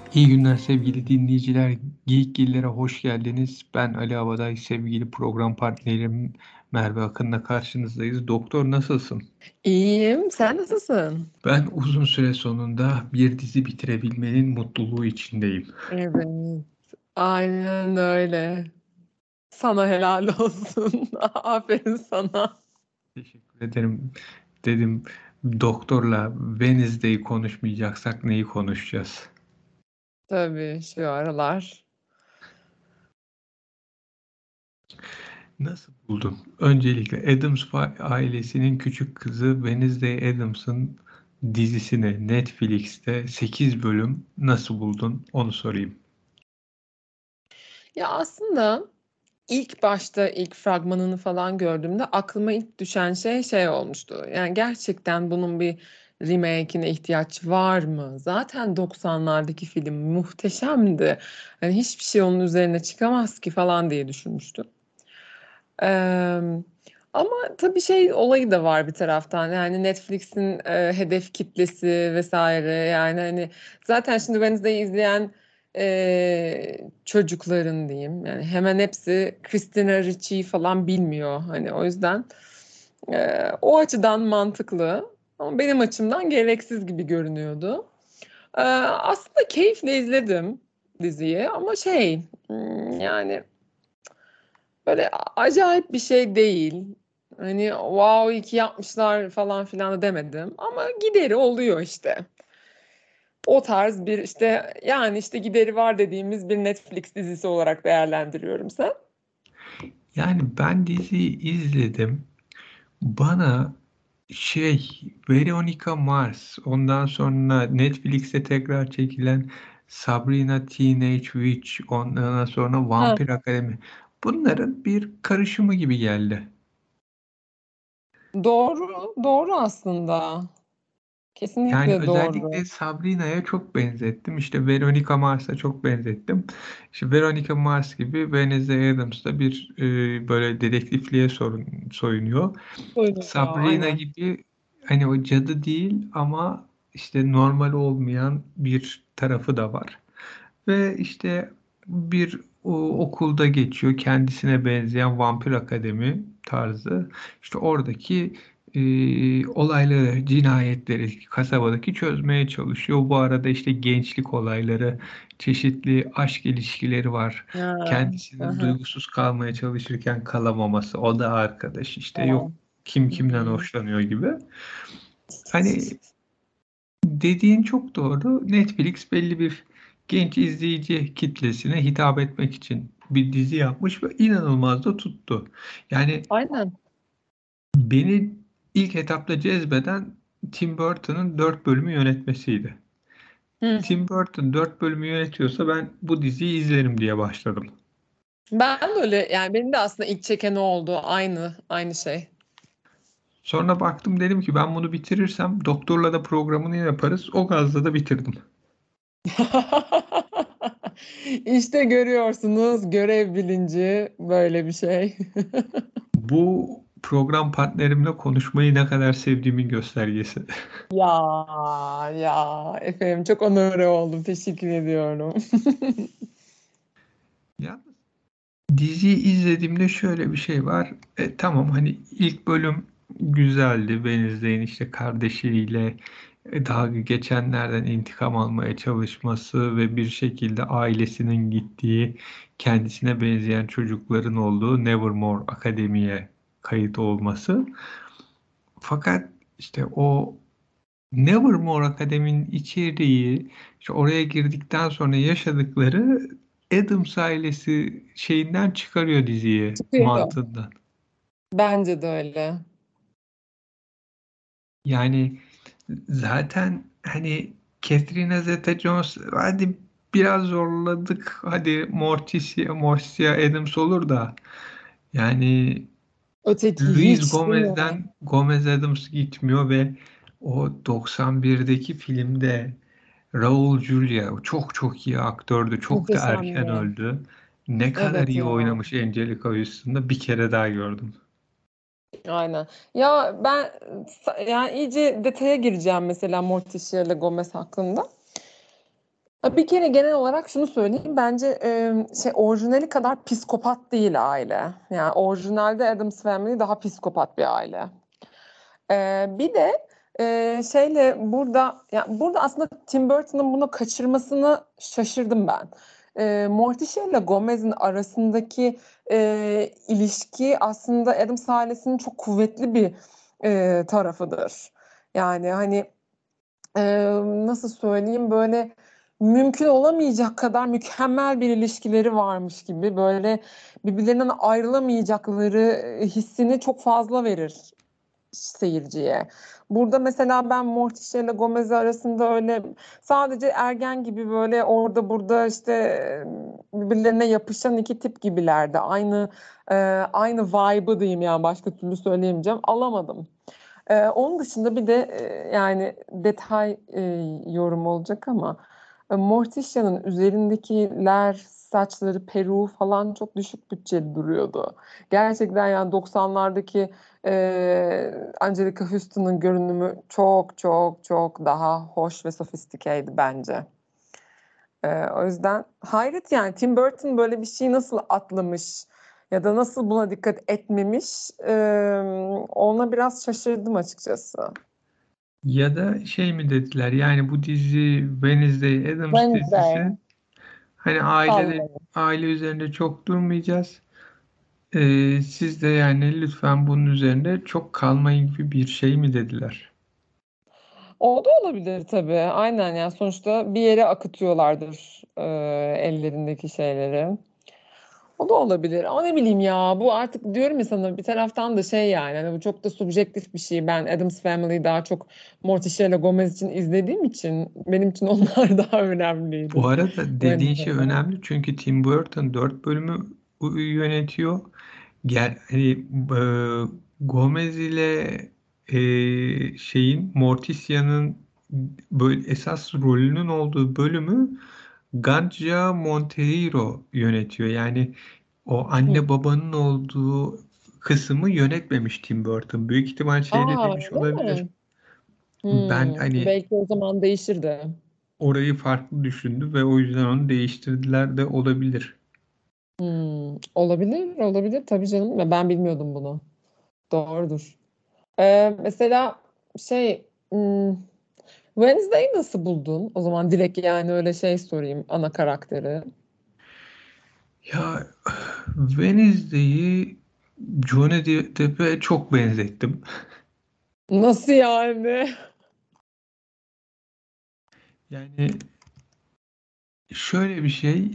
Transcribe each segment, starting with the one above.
İyi günler sevgili dinleyiciler. Geyikgillere hoş geldiniz. Ben Ali Avaday, sevgili program partnerim Merve Akın'la karşınızdayız. Doktor nasılsın? İyiyim. Sen nasılsın? Ben uzun süre sonunda bir dizi bitirebilmenin mutluluğu içindeyim. Evet. Aynen öyle. Sana helal olsun. Aferin sana. Teşekkür ederim. Dedim doktorla Wednesday'i konuşmayacaksak neyi konuşacağız? Tabii şu aralar. Nasıl buldun? Öncelikle ailesinin küçük kızı Wednesday Addams'ın dizisini Netflix'te 8 bölüm nasıl buldun? Onu sorayım. Ya aslında ilk başta ilk fragmanını falan gördüğümde aklıma ilk düşen şey olmuştu. Yani gerçekten bunun bir remake'ine ihtiyaç var mı? Zaten 90'lardaki film muhteşemdi. Hani hiçbir şey onun üzerine çıkamaz ki falan diye düşünmüştüm. Emm, ama tabii şey olayı da var bir taraftan, yani Netflix'in, hedef kitlesi vesaire yani, hani, zaten şimdi Wednesday'i izleyen, çocukların diyeyim, yani hemen hepsi Christina Ricci'yi falan bilmiyor. Hani, o yüzden, o açıdan mantıklı ama benim açımdan gereksiz gibi görünüyordu. Aslında keyifle izledim diziyi ama yani böyle acayip bir şey değil. Hani wow iyi ki yapmışlar falan filan da demedim ama gideri oluyor işte. O tarz bir işte yani işte gideri var dediğimiz bir Netflix dizisi olarak değerlendiriyorum sen. Yani ben diziyi izledim. Bana Veronica Mars, ondan sonra Netflix'te tekrar çekilen Sabrina Teenage Witch, ondan sonra Ha, Vampir Akademi. Bunların bir karışımı gibi geldi. doğru, doğru aslında. Yani Kesinlikle doğru. özellikle Sabrina'ya çok benzettim. İşte Veronica Mars'a çok benzettim. İşte Veronica Mars gibi Wednesday Addams da bir böyle dedektifliğe soyunuyor. Buyurun ya, Sabrina aynen. gibi hani o cadı değil ama işte normal olmayan bir tarafı da var. Ve işte bir okulda geçiyor. Kendisine benzeyen vampir akademi tarzı. İşte oradaki olayları, cinayetleri kasabadaki çözmeye çalışıyor. Bu arada işte gençlik olayları, çeşitli aşk ilişkileri var. Ha, Kendisinin aha, duygusuz kalmaya çalışırken kalamaması. O da arkadaş işte yok tamam. kim kimden Hmm. hoşlanıyor gibi. Hani dediğin çok doğru. Netflix belli bir genç izleyici kitlesine hitap etmek için bir dizi yapmış ve inanılmaz da tuttu. Yani Aynen. beni ilk etapta cezbeden Tim Burton'ın 4 bölümü yönetmesiydi. Hı. Tim Burton 4 bölümü yönetiyorsa ben bu diziyi izlerim diye başladım. Ben de öyle yani benim de aslında ilk çeken o oldu. Aynı şey. Sonra baktım dedim ki ben bunu bitirirsem doktorla da programını yaparız. O gazla da bitirdim. İşte görüyorsunuz görev bilinci böyle bir şey. Bu program partnerimle konuşmayı ne kadar sevdiğimin göstergesi. Ya ya efendim çok onore oldum. Teşekkür ediyorum. Ya diziyi izlediğimde şöyle bir şey var. Tamam hani ilk bölüm güzeldi. Wednesday'in işte kardeşiyle dalga geçenlerden intikam almaya çalışması ve bir şekilde ailesinin gittiği, kendisine benzeyen çocukların olduğu Nevermore Akademi'ye kayıt olması. Fakat işte o Nevermore Akademi'nin içeriği, işte oraya girdikten sonra yaşadıkları Addams ailesi şeyinden çıkarıyor diziyi Çıkıyor. mantığından. Bence de öyle. Yani zaten hani Catherine Zeta-Jones hadi biraz zorladık. Hadi Morticia Addams olur da yani Öteki Luis hiç değil mi? Gomez'den Gomez Addams gitmiyor ve o 91'deki filmde Raul Julia çok çok iyi aktördü. Çok da erken Muhteşemdi. öldü. Ne kadar Evet iyi ya. oynamış Angelica Houston'da bir kere daha gördüm. Aynen. Ya ben yani iyice detaya gireceğim mesela Morticia ile Gomez hakkında. Bir kere genel olarak şunu söyleyeyim. Bence orijinali kadar psikopat değil aile. Yani orijinalde Addams Family daha psikopat bir aile. Bir de burada aslında Tim Burton'ın bunu kaçırmasını şaşırdım ben. Morticia ile Gomez'in arasındaki ilişki aslında Addams ailesinin çok kuvvetli bir tarafıdır. Yani hani nasıl söyleyeyim, böyle mümkün olamayacak kadar mükemmel bir ilişkileri varmış gibi, böyle birbirlerinden ayrılamayacakları hissini çok fazla verir seyirciye. Burada mesela ben Morticia ile Gomez arasında öyle sadece ergen gibi, böyle orada burada işte birbirlerine yapışan iki tip gibilerdi. Aynı vibe'ı diyeyim, yani başka türlü söyleyemeyeceğim. Alamadım. Onun dışında bir de yani detay yorum olacak ama Morticia'nın üzerindekiler, saçları, peruğu falan çok düşük bütçeli duruyordu. Gerçekten yani 90'lardaki Angelica Houston'ın görünümü çok çok çok daha hoş ve sofistikeydi bence. O yüzden hayret, yani Tim Burton böyle bir şeyi nasıl atlamış ya da nasıl buna dikkat etmemiş, ona biraz şaşırdım açıkçası. Ya da şey mi dediler, yani bu dizi Wednesday Addams Wednesday. dizisi, hani Sallayın. aile üzerinde çok durmayacağız. Siz de yani lütfen bunun üzerinde çok kalmayın gibi bir şey mi dediler? O da olabilir tabii. Aynen, yani sonuçta bir yere akıtıyorlardır ellerindeki şeyleri. O da olabilir. Ama ne bileyim ya, bu artık diyorum ya sana, bir taraftan da şey, yani hani bu çok da subjektif bir şey. Ben Addams Family'yi daha çok Morticia ile Gomez için izlediğim için benim için onlar daha Bu önemliydi. arada dediğin şey Wednesday'den. önemli, çünkü Tim Burton 4 bölümü yönetiyor. Hani Gomez ile Morticia'nın böyle esas rolünün olduğu bölümü Ganja Monteiro yönetiyor. Yani o Hı. anne babanın olduğu kısmı yönetmemiş Tim Burton. Büyük ihtimal şey de Aa, demiş öyle olabilir. mi? Ben hani Belki o zaman değişirdi. orayı farklı düşündü ve o yüzden onu değiştirdiler de olabilir. Olabilir, olabilir tabii canım. Ben bilmiyordum bunu. Doğrudur. Mesela şey, hmm, Wednesday'i nasıl buldun? O zaman direkt yani öyle şey sorayım, ana karakteri. Ya Wednesday'i Johnny Depp'e çok benzettim. Nasıl yani? Yani şöyle bir şey,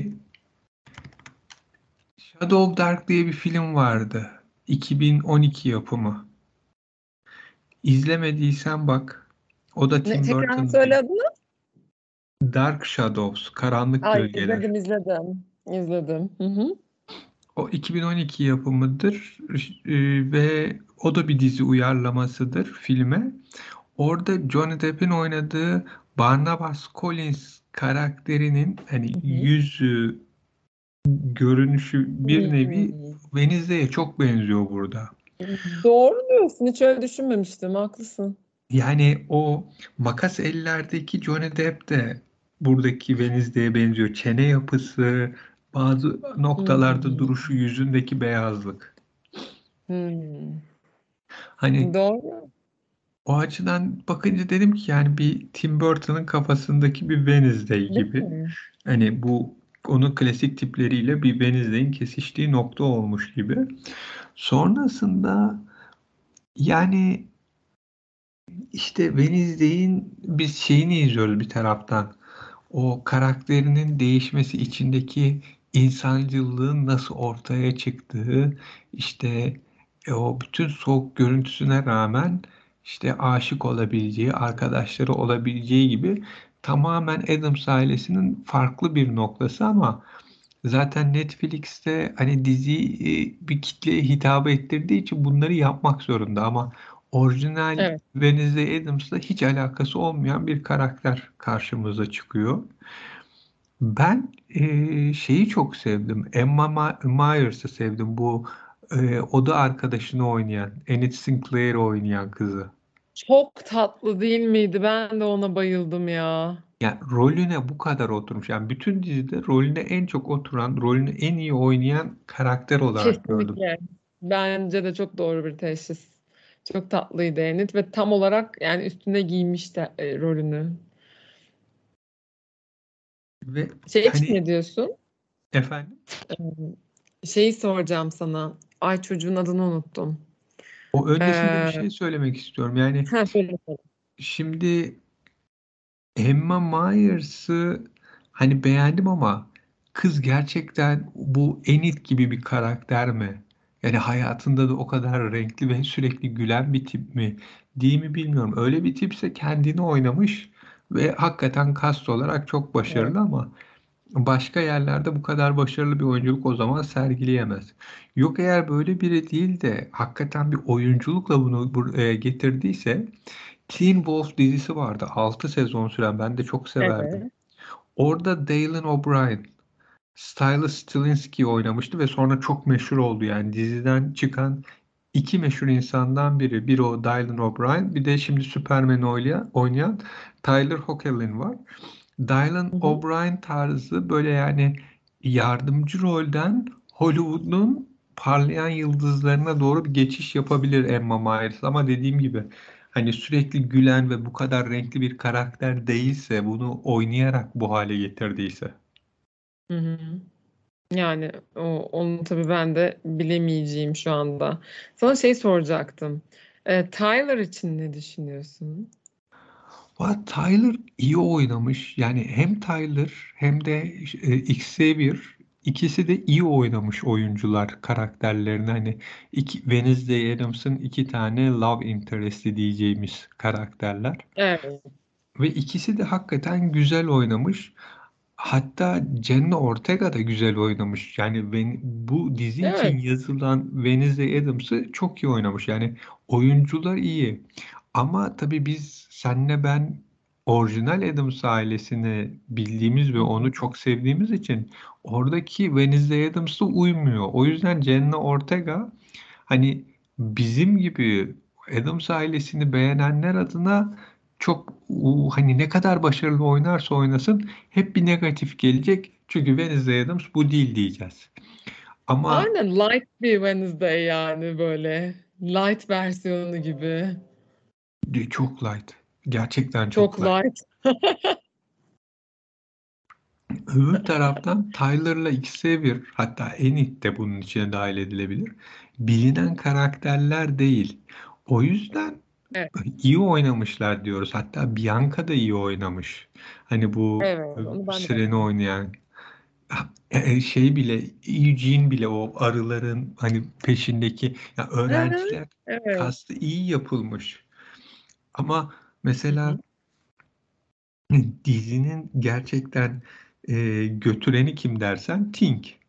Shadow of Dark diye bir film vardı. 2012 yapımı. İzlemediysen bak. O da Ne, Tim tekrar Burton değil. söyle adını. Dark Shadows, Karanlık Ay, Gölgeler. izledim, izledim. İzledim. Hı hı. O 2012 yapımıdır, ve o da bir dizi uyarlamasıdır filme. Orada Johnny Depp'in oynadığı Barnabas Collins karakterinin hani Hı hı. yüzü, görünüşü bir nevi Hmm. Wednesday'e çok benziyor burada. Doğru diyorsun. Hiç öyle düşünmemiştim. Haklısın. Yani o makas ellerdeki Johnny Depp de buradaki Wednesday'e benziyor. Çene yapısı, bazı noktalarda Hmm. duruşu, yüzündeki beyazlık. Hmm. Hani Doğru. o açıdan bakınca dedim ki yani bir Tim Burton'ın kafasındaki bir Wednesday Değil gibi. mi? Hani bu onun klasik tipleriyle bir Wednesday'in kesiştiği nokta olmuş gibi. Sonrasında yani işte Wednesday'in biz şeyini izliyoruz bir taraftan. O karakterinin değişmesi, içindeki insancılığın nasıl ortaya çıktığı, işte o bütün soğuk görüntüsüne rağmen işte aşık olabileceği, arkadaşları olabileceği gibi tamamen Addams ailesinin farklı bir noktası, ama zaten Netflix'te hani diziyi bir kitleye hitap ettirdiği için bunları yapmak zorunda, ama orijinal Evet. Wednesday Addams'la hiç alakası olmayan bir karakter karşımıza çıkıyor. Ben şeyi çok sevdim. Emma Myers'ı sevdim. Bu oda arkadaşını oynayan, Enid Sinclair oynayan kızı. Çok tatlı değil miydi? Ben de ona bayıldım ya. Yani rolüne bu kadar oturmuş. Yani bütün dizide rolüne en çok oturan, rolünü en iyi oynayan karakter olarak gördüm. Kesinlikle. Bence de çok doğru bir teşhis. Çok tatlıydı Enid ve tam olarak yani üstüne giymişti rolünü. Ve Şey için hani ne diyorsun? efendim, Şeyi soracağım sana. Ay çocuğun adını unuttum. o öncesinde bir Ee, şey söylemek istiyorum. Yani söyle bakalım. şimdi Emma Myers'ı hani beğendim ama kız gerçekten bu Enid gibi bir karakter mi? Yani hayatında da o kadar renkli ve sürekli gülen bir tip mi? Değil mi bilmiyorum. Öyle bir tipse kendini oynamış ve hakikaten kast olarak çok Evet. başarılı ama başka yerlerde bu kadar başarılı bir oyunculuk o zaman sergileyemez. Yok eğer böyle biri değil de hakikaten bir oyunculukla bunu buraya getirdiyse Teen Wolf dizisi vardı. 6 sezon süren. Ben de çok severdim. Evet. Orada Dylan O'Brien, Silas Stilinski oynamıştı ve sonra çok meşhur oldu. Yani diziden çıkan iki meşhur insandan biri. Biri o Dylan O'Brien, bir de şimdi Superman'i oynayan Tyler Hoechlin var. Dylan Hı hı. O'Brien tarzı böyle yani yardımcı rolden Hollywood'un parlayan yıldızlarına doğru bir geçiş yapabilir Emma Myers. Ama dediğim gibi hani sürekli gülen ve bu kadar renkli bir karakter değilse, bunu oynayarak bu hale getirdiyse. Hı hı. Yani onu tabii ben de bilemeyeceğim şu anda. Sana şey soracaktım. Tyler için ne düşünüyorsun? Tyler iyi oynamış. Yani hem Tyler hem de Xavier, ikisi de iyi oynamış oyuncular karakterlerini. Hani Wednesday Addams'ın iki tane love interest'i diyeceğimiz karakterler. Evet. Ve ikisi de hakikaten güzel oynamış. Hatta Jenna Ortega da güzel oynamış. Yani bu dizi için Evet. yazılan Wednesday Addams'ı çok iyi oynamış. Yani oyuncular iyi. Ama tabii biz senle ben orijinal Addams ailesini bildiğimiz ve Hı onu hı. çok sevdiğimiz için oradaki Wednesday Addams'la uymuyor. O yüzden Jenna Ortega hani bizim gibi Addams ailesini beğenenler adına çok hani ne kadar başarılı oynarsa oynasın hep bir negatif gelecek. Çünkü Wednesday Addams bu değil diyeceğiz. Ama Aynen light bir Wednesday yani böyle. Light versiyonu gibi. çok light. Gerçekten Çok çok light. light. Öbür taraftan Tyler'la Xavier, hatta Enid de bunun içine dahil edilebilir. Bilinen karakterler değil. O yüzden Evet. iyi oynamışlar diyoruz. Hatta Bianca da iyi oynamış. Hani bu Evet. Onu ben de Sireni beğendim. oynayan şey bile, Eugene bile, o arıların hani peşindeki ya Hı hı. öğrenciler Evet. kastı iyi yapılmış. Ama Hı mesela hı. dizinin gerçekten götüreni kim dersen Tink.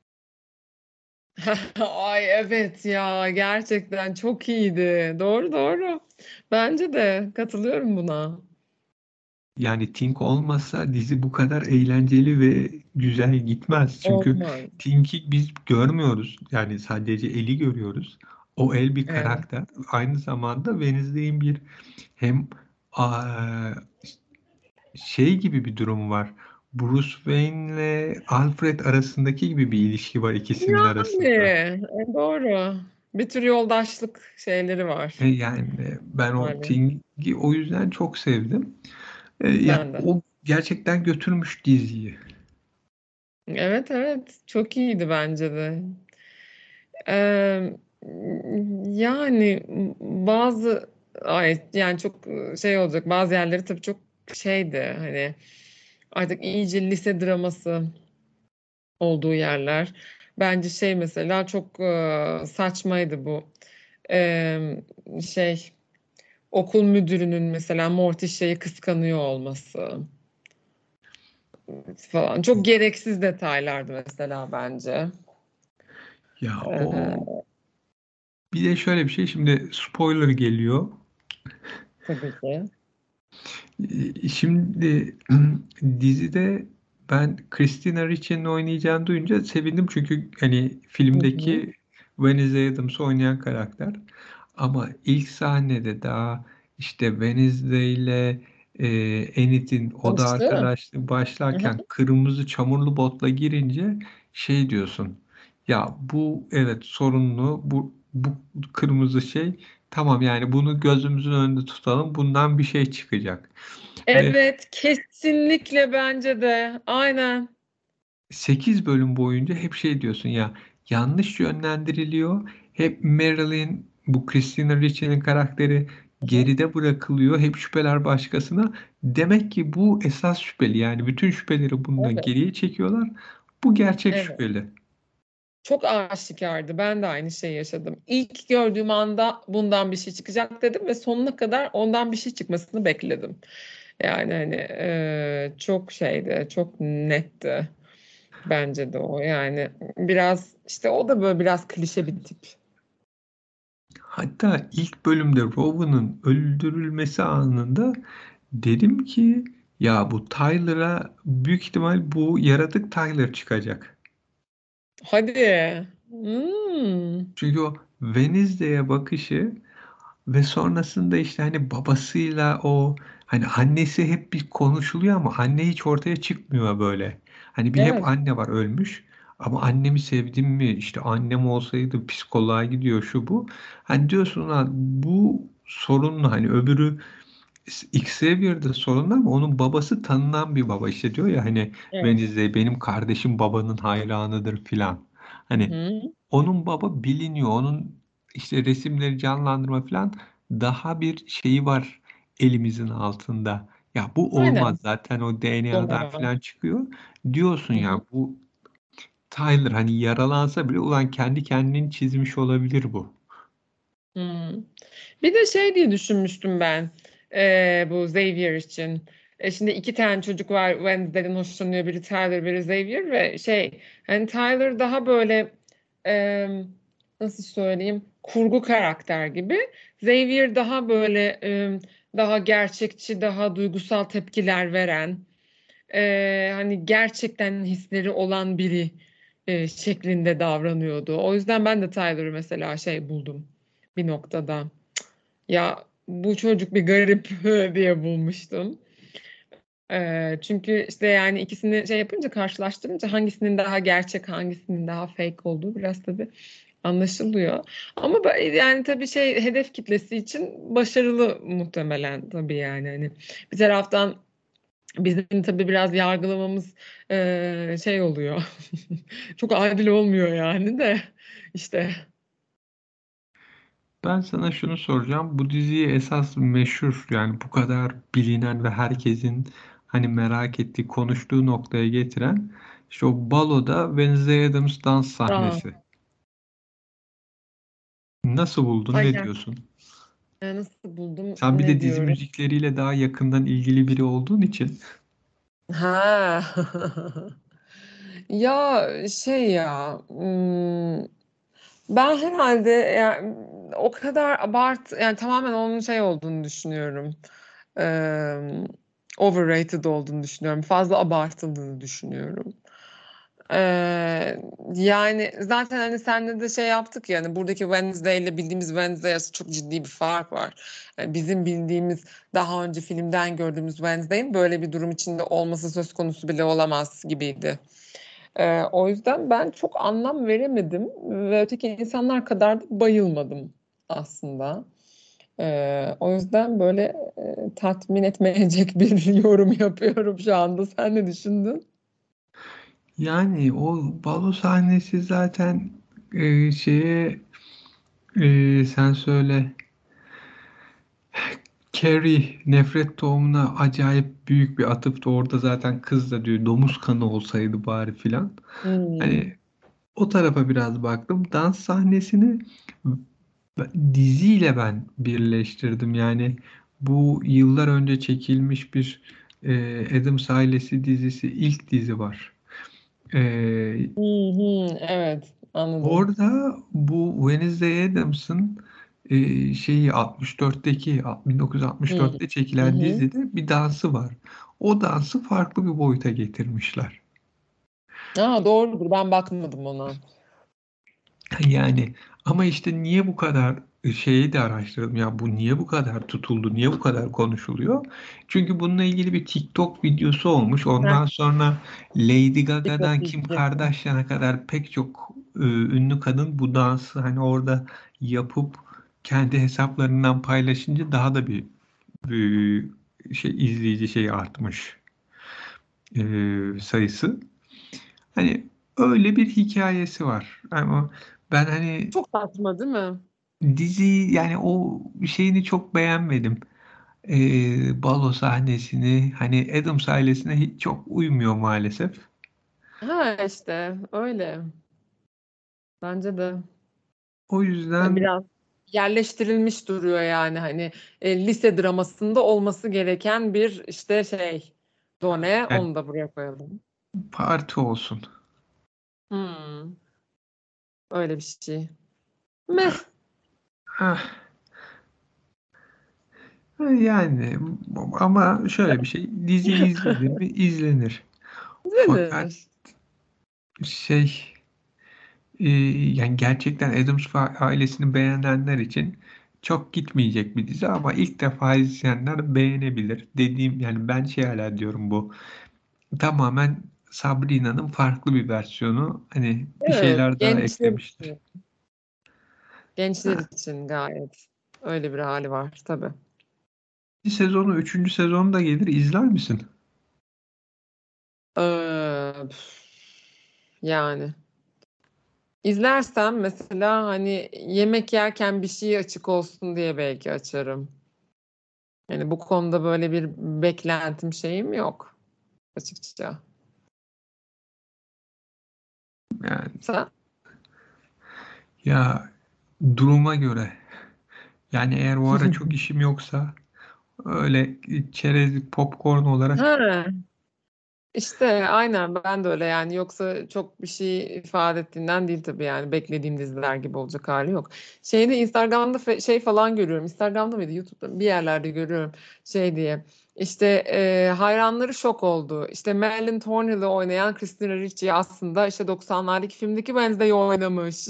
Ay evet ya gerçekten çok iyiydi. Doğru doğru. Bence de katılıyorum buna. Yani Tink olmasa dizi bu kadar eğlenceli ve güzel gitmez. Çünkü Olmaz. Tink'i biz görmüyoruz. Yani sadece eli görüyoruz. O el bir Evet. karakter. Aynı zamanda Wednesday'in bir hem aa, şey gibi bir durum var. Bruce Wayne'le Alfred arasındaki gibi bir ilişki var ikisinin Yani arasında. doğru. Bir tür yoldaşlık şeyleri var. Yani ben o Yani Ting'i o yüzden çok sevdim. Ya ben de. o gerçekten götürmüş diziyi. Evet evet çok iyiydi bence de. Eee, yani bazı ay yani çok şey olacak bazı yerleri tabii çok şeydi hani artık iyice lise draması olduğu yerler. Bence şey mesela çok saçmaydı bu. Eee, şey okul müdürünün mesela Morticia'yı kıskanıyor olması falan. Çok gereksiz detaylardı mesela bence. Ya o Eee, bir de şöyle bir şey, şimdi spoiler geliyor. tabii ki. Şimdi dizide ben Christina Ricci'nin oynayacağını duyunca sevindim çünkü hani Hı hı. filmdeki Wednesday Addams'ı oynayan karakter. Ama ilk sahnede daha işte Wednesday ile Enid'in oda Tanıştı. arkadaşlığı Hı hı. başlarken kırmızı çamurlu botla girince şey diyorsun. Ya bu evet sorunlu, bu kırmızı şey, tamam yani bunu gözümüzün önünde tutalım, bundan bir şey çıkacak. Ve Evet, kesinlikle bence de. Aynen. 8 bölüm boyunca hep şey diyorsun ya, yanlış yönlendiriliyor. Hep Marilyn, bu Christina Ricci'nin karakteri Hı hı. geride bırakılıyor. Hep şüpheler başkasına. Demek ki bu esas şüpheli, yani bütün şüpheleri bundan Evet, geriye çekiyorlar. Bu gerçek evet. şüpheli. Çok aşikardı. Ben de aynı şeyi yaşadım. İlk gördüğüm anda bundan bir şey çıkacak dedim ve sonuna kadar ondan bir şey çıkmasını bekledim. Yani hani çok şeydi, çok netti. Bence de o. Yani biraz işte o da böyle biraz klişe bir tip. Hatta ilk bölümde Rowan'ın öldürülmesi anında dedim ki ya bu Tyler'a büyük ihtimal bu yaratık Tyler çıkacak. Hadi. Hmm. Çünkü o Wednesday'e bakışı ve sonrasında işte hani babasıyla o, hani annesi hep bir konuşuluyor ama anne hiç ortaya çıkmıyor böyle. Hani bir hep Evet. anne var ölmüş ama annemi sevdim mi, işte annem olsaydı psikoloğa gidiyor şu bu. Hani diyorsun lan bu sorunlu, hani öbürü Xavier'de sorunlu ama onun babası tanınan bir baba, işte diyor ya hani Evet. Wednesday benim kardeşim babanın hayranıdır filan. Hı Hani hı. onun baba biliniyor. Onun işte resimleri canlandırma falan daha bir şeyi var elimizin altında. Ya bu olmaz Aynen. zaten, o DNA'dan Doğru. falan çıkıyor. Diyorsun Hı ya hı. bu Tyler hani yaralansa bile ulan kendi kendini çizmiş olabilir bu. Hmm. Bir de şey diye düşünmüştüm ben bu Xavier için. Şimdi iki tane çocuk var. Wednesday'den hoşlanıyor. Biri Tyler, biri Xavier ve şey hani Tyler daha böyle e, nasıl söyleyeyim kurgu karakter gibi. Xavier daha böyle daha gerçekçi, daha duygusal tepkiler veren hani gerçekten hisleri olan biri şeklinde davranıyordu. O yüzden ben de Tyler'ı mesela şey buldum bir noktada. Ya bu çocuk bir garip diye bulmuştum. Çünkü işte yani ikisini şey yapınca karşılaştırınca hangisinin daha gerçek, hangisinin daha fake olduğu biraz tabii anlaşılıyor. Ama yani tabii şey hedef kitlesi için başarılı muhtemelen tabii yani hani bir taraftan bizim tabii biraz yargılamamız şey oluyor. Çok adil olmuyor yani de işte. Ben sana şunu soracağım. Bu diziyi esas meşhur, yani bu kadar bilinen ve herkesin hani merak ettiği, konuştuğu noktaya getiren işte o baloda Wednesday Addams dans Aa, sahnesi. Nasıl buldun? Ne aynen. diyorsun? Nasıl buldum Sen bir de ne dizi diyorum? müzikleriyle daha yakından ilgili biri olduğun için Ha. Ya şey ya ben herhalde yani o kadar yani tamamen onun şey olduğunu düşünüyorum. Eee, Overrated olduğunu düşünüyorum. Fazla abartıldığını düşünüyorum. Yani zaten hani senle de şey yaptık ya hani buradaki Wednesday ile bildiğimiz Wednesday arasında çok ciddi bir fark var. Yani bizim bildiğimiz daha önce filmden gördüğümüz Wednesday'in böyle bir durum içinde olması söz konusu bile olamaz gibiydi. O yüzden ben çok anlam veremedim ve öteki insanlar kadar da bayılmadım aslında. O yüzden böyle tatmin etmeyecek bir yorum yapıyorum şu anda. Sen ne düşündün? yani o balo sahnesi zaten şeye sen söyle, Carrie nefret tohumuna acayip büyük bir atıftı. Orada zaten kız da diyor domuz kanı olsaydı bari filan. Hmm. Hani o tarafa biraz baktım. Dans sahnesini diziyle ben birleştirdim. Yani bu yıllar önce çekilmiş bir Addams Ailesi dizisi, ilk dizi var. E, Hı hı, evet anladım. Orada bu Wednesday Addams'ın şeyi 64'teki Hı 1964'te hı. çekilen Hı. dizide bir dansı var. O dansı farklı bir boyuta getirmişler. Doğrudur ben bakmadım ona. Yani ama işte niye bu kadar şeyi de araştırdım ya, bu niye bu kadar tutuldu, niye bu kadar konuşuluyor? Çünkü bununla ilgili bir TikTok videosu olmuş. Heh, Ondan sonra Lady TikTok Gaga'dan Kim videosu. Kardashian'a kadar pek çok ünlü kadın bu dansı hani orada yapıp kendi hesaplarından paylaşınca daha da bir şey izleyici şey artmış sayısı. Hani öyle bir hikayesi var. Ama ben hani Çok saçma değil mi? dizi yani o şeyini çok beğenmedim. Balo sahnesini hani Addams ailesine hiç çok uymuyor maalesef. Ha işte öyle. Bence de. O Hani yüzden biraz yerleştirilmiş duruyor yani hani lise dramasında olması gereken bir işte şey. Done yani onu da buraya koyalım. parti olsun. Hmm, öyle bir şey. Meh. Ah, yani ama şöyle bir şey, dizi izlenir mi? İzlenir. Fakat Denir. şey yani gerçekten Addams ailesini beğenenler için çok gitmeyecek bir dizi ama ilk defa izleyenler beğenebilir. Dediğim yani ben şey hala diyorum, bu tamamen Sabrina'nın farklı bir versiyonu. Hani bir Evet, şeyler daha gençler eklemiştir. için. Gençler Ha, için gayet öyle bir hali var tabii. bir sezonu, üçüncü sezonu da gelir. İzler misin? Püf, yani izlersem mesela hani yemek yerken bir şey açık olsun diye belki açarım. Yani bu konuda böyle bir beklentim şeyim yok açıkça. Yani Sen? ya, duruma göre. Yani eğer o ara çok işim yoksa öyle çerezlik popcorn olarak. Ha, işte aynen ben de öyle yani yoksa çok bir şey ifade ettiğinden değil tabii yani beklediğim diziler gibi olacak hali yok. Şeyde Instagram'da şey falan görüyorum. Instagram'da mıydı YouTube'da bir yerlerde görüyorum şey diye. İşte hayranları şok oldu. İşte Marilyn Thornhill'i oynayan Christina Ricci aslında işte 90'lardaki filmdeki Wednesday'i oynamış.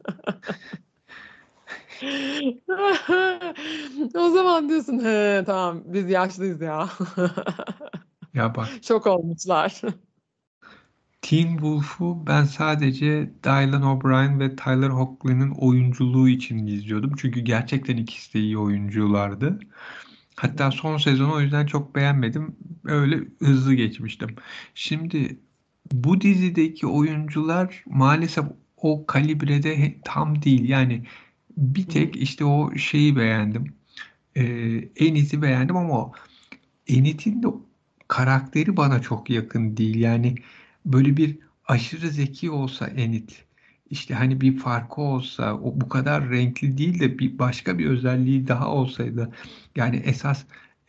O zaman diyorsun he tamam biz yaşlıyız ya. Ya bak, Şok olmuşlar. Teen Wolf'u ben sadece Dylan O'Brien ve Tyler Hoechlin'in oyunculuğu için izliyordum. Çünkü gerçekten ikisi de iyi oyunculardı. Hatta son sezonu o yüzden çok beğenmedim. Öyle hızlı geçmiştim. Şimdi bu dizideki oyuncular maalesef o kalibrede tam değil. Yani bir Hı hı. tek işte o şeyi beğendim. Ee, Enid'i beğendim ama o Enid'in de karakteri bana çok yakın değil. Yani böyle bir aşırı zeki olsa Enid, işte hani bir farkı olsa, o bu kadar renkli değil de bir başka bir özelliği daha olsaydı. Yani esas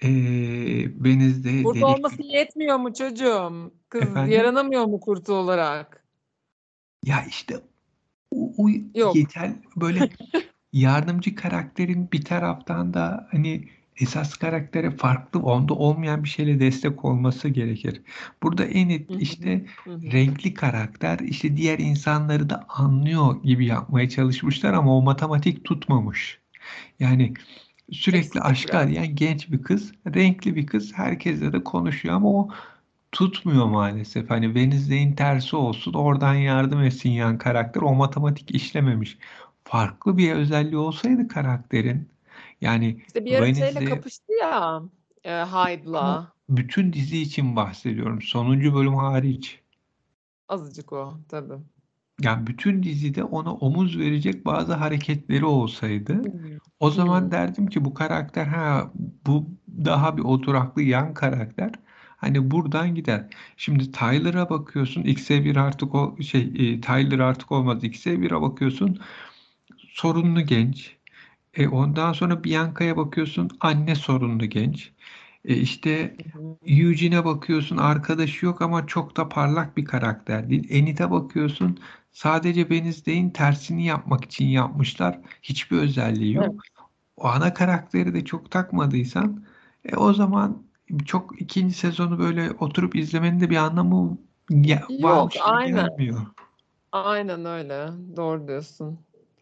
Venizde Kurt dedektif olması yetmiyor mu çocuğum? Kız efendim. yaranamıyor mu kurt olarak? Ya işte o Yok. yeter, böyle yardımcı karakterin bir taraftan da hani esas karaktere farklı, onda olmayan bir şeyle destek olması gerekir. Burada Enid Hı hı. işte Hı hı. renkli karakter, işte diğer insanları da anlıyor gibi yapmaya çalışmışlar ama o matematik tutmamış. Yani sürekli Eksik aşkı biraz. arayan genç bir kız, renkli bir kız, herkesle de konuşuyor ama o tutmuyor maalesef. Hani Wednesday'in tersi olsun, oradan yardım etsin yan karakter, o matematik işlememiş. Farklı bir özelliği olsaydı karakterin, yani İşte bir ara şeyle Wednesday, kapıştı ya ama Hyde'la. bütün dizi için bahsediyorum. Sonuncu bölüm hariç. Azıcık o tabii. Yani bütün dizide ona omuz verecek bazı hareketleri olsaydı, Hı. o zaman Hı. derdim ki bu karakter, ha, bu daha bir oturaklı yan karakter. Hani buradan gider. Şimdi Tyler'a bakıyorsun, X-E1 artık o şey, Tyler artık olmaz. X-E1'e bakıyorsun, sorunlu genç. Ondan sonra Bianca'ya bakıyorsun, anne sorunlu genç. İşte Hı hı. Eugene'e bakıyorsun, arkadaşı yok ama çok da parlak bir karakter değil. Enid'e bakıyorsun, sadece Wednesday'in tersini yapmak için yapmışlar. Hiçbir özelliği Evet. yok. O ana karakteri de çok takmadıysan, o zaman çok ikinci sezonu böyle oturup izlemenin de bir anlamı Yok varmış gibi aynen. gelmiyor. Aynen öyle. Doğru diyorsun.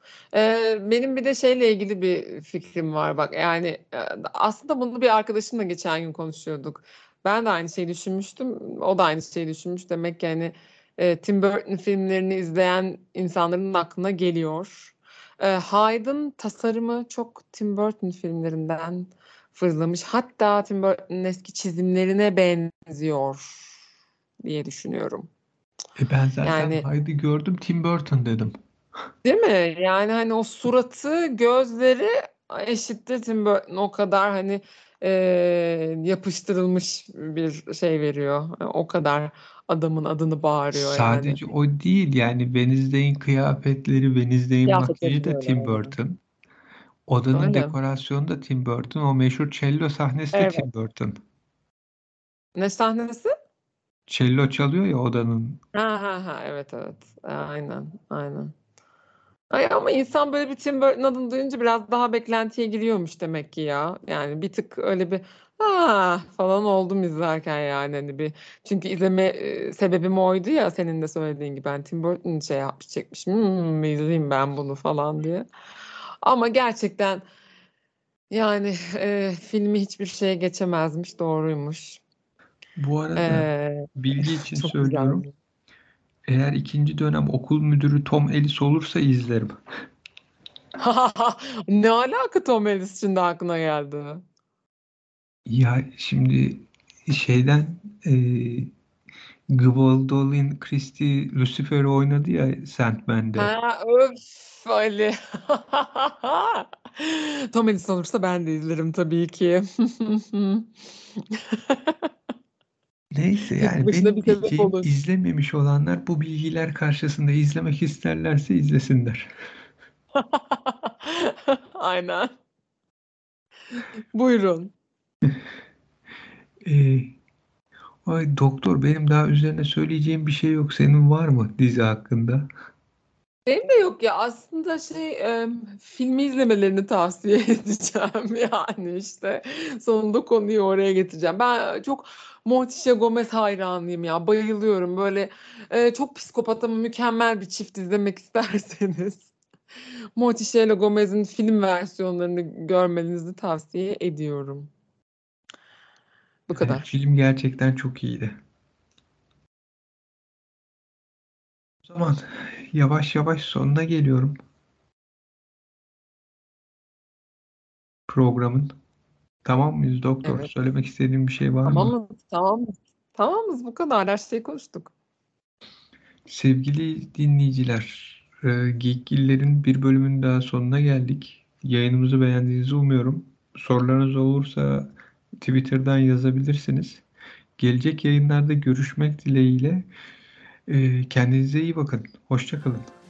Benim bir de şeyle ilgili bir fikrim var bak. Yani aslında bunu bir arkadaşımla geçen gün konuşuyorduk. Ben de aynı şeyi düşünmüştüm. O da aynı şeyi düşünmüş. Demek ki hani Tim Burton filmlerini izleyen insanların aklına geliyor. Hyde'ın tasarımı çok Tim Burton filmlerinden fırlamış. Hatta Tim Burton'un eski çizimlerine benziyor diye düşünüyorum. Ben zaten Yani Hyde'ı gördüm, Tim Burton dedim. değil mi? Yani hani o suratı, gözleri eşittir Tim Burton. O kadar hani yapıştırılmış bir şey veriyor. O kadar adamın adını bağırıyor yani. Sadece o değil, yani Wednesday'in kıyafetleri, Wednesday'in makyajı Kıyafetleri de da öyle. Tim Aynen. Burton. Odanın Öyle. dekorasyonu da Tim Burton. O meşhur cello sahnesi de Evet. Tim Burton. Ne sahnesi? Cello çalıyor ya odanın. Ha ha ha, evet evet. Aynen aynen. Ay, ama insan böyle bir Tim Burton adını duyunca biraz daha beklentiye giriyormuş demek ki ya. Yani bir tık öyle bir falan oldum izlerken yani hani bir, çünkü izleme sebebim oydu ya, senin de söylediğin gibi ben Tim Burton şey yapmış çekmiş, izleyeyim ben bunu falan diye. Ama gerçekten yani filmi hiçbir şeye geçemezmiş, doğruymuş. Bu arada E, bilgi için Çok söylüyorum. güzeldi. Eğer ikinci dönem okul müdürü Tom Ellis olursa izlerim. Ne alaka Tom Ellis şimdi aklına geldi? Ya şimdi şeyden Gwendolyn Christie Lucifer'i oynadı ya Sandman'de. Ha, öf Ali. Tom Edison olursa ben de izlerim tabii ki. Neyse, Tek yani başına bir benim sebep diyeceğim, olur. izlememiş olanlar bu bilgiler karşısında izlemek isterlerse izlesinler. Aynen. Buyurun. Ee, Ay doktor, benim daha üzerine söyleyeceğim bir şey yok. Senin var mı dizi hakkında? Benim de yok ya, aslında filmi izlemelerini tavsiye edeceğim yani işte sonunda konuyu oraya getireceğim. Ben çok Morticia Gomez hayranıyım ya, bayılıyorum böyle, çok psikopat ama mükemmel bir çift izlemek isterseniz Morticia ile Gomez'in film versiyonlarını görmenizi tavsiye ediyorum. Bu Evet, kadar. film gerçekten çok iyiydi. O zaman yavaş yavaş sonuna geliyorum programın. Tamam mıyız doktor? Evet. Söylemek istediğim bir şey var Tamam mı? mı? Tamam mı? Tamamız, bu kadar. Her şeyi konuştuk. Sevgili dinleyiciler, Geekgiller'in bir bölümünün daha sonuna geldik. Yayınımızı beğendiğinizi umuyorum. Sorularınız olursa Twitter'dan yazabilirsiniz. Gelecek yayınlarda görüşmek dileğiyle. Kendinize iyi bakın. Hoşça kalın.